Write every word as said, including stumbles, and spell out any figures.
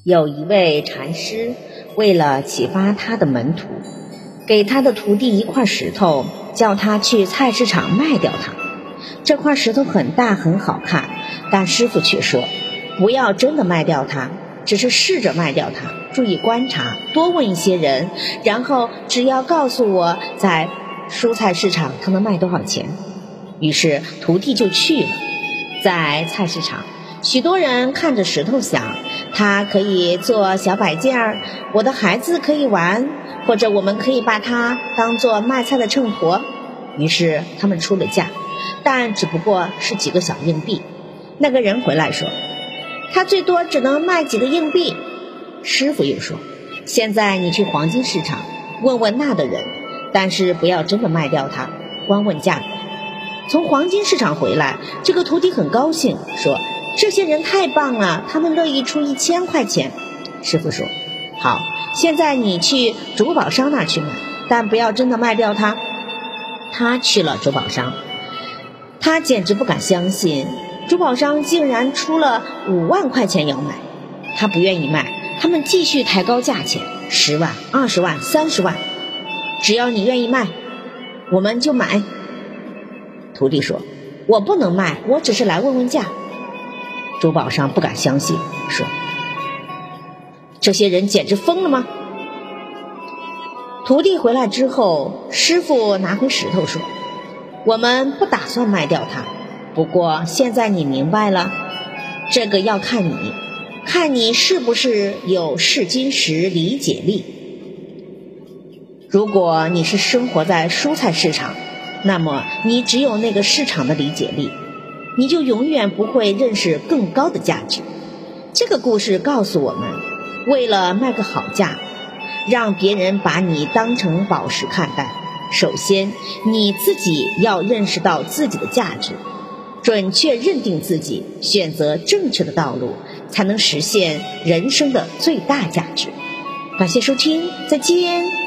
有一位禅师，为了启发他的门徒，给他的徒弟一块石头，叫他去菜市场卖掉它。这块石头很大很好看，但师傅却说，不要真的卖掉它，只是试着卖掉它，注意观察，多问一些人，然后只要告诉我在蔬菜市场它能卖多少钱。于是徒弟就去了。在菜市场，许多人看着石头想，它可以做小摆件儿，我的孩子可以玩，或者我们可以把它当做卖菜的秤砣。于是他们出了价，但只不过是几个小硬币。那个人回来说，他最多只能卖几个硬币。师傅又说，现在你去黄金市场问问那的人，但是不要真的卖掉它，光问价格。从黄金市场回来，这个徒弟很高兴，说，这些人太棒了，他们乐意出一千块钱。师傅说，好，现在你去珠宝商那儿去买，但不要真的卖掉它。他去了珠宝商，他简直不敢相信，珠宝商竟然出了五万块钱要买。他不愿意卖，他们继续抬高价钱，十万、二十万、三十万，只要你愿意卖，我们就买。徒弟说，我不能卖，我只是来问问价。珠宝商不敢相信，说，这些人简直疯了吗？徒弟回来之后，师傅拿回石头说，我们不打算卖掉它，不过现在你明白了，这个要看你，看你是不是有试金石理解力。如果你是生活在蔬菜市场，那么你只有那个市场的理解力，你就永远不会认识更高的价值。这个故事告诉我们，为了卖个好价，让别人把你当成宝石看待，首先你自己要认识到自己的价值，准确认定自己，选择正确的道路，才能实现人生的最大价值。感谢收听，再见。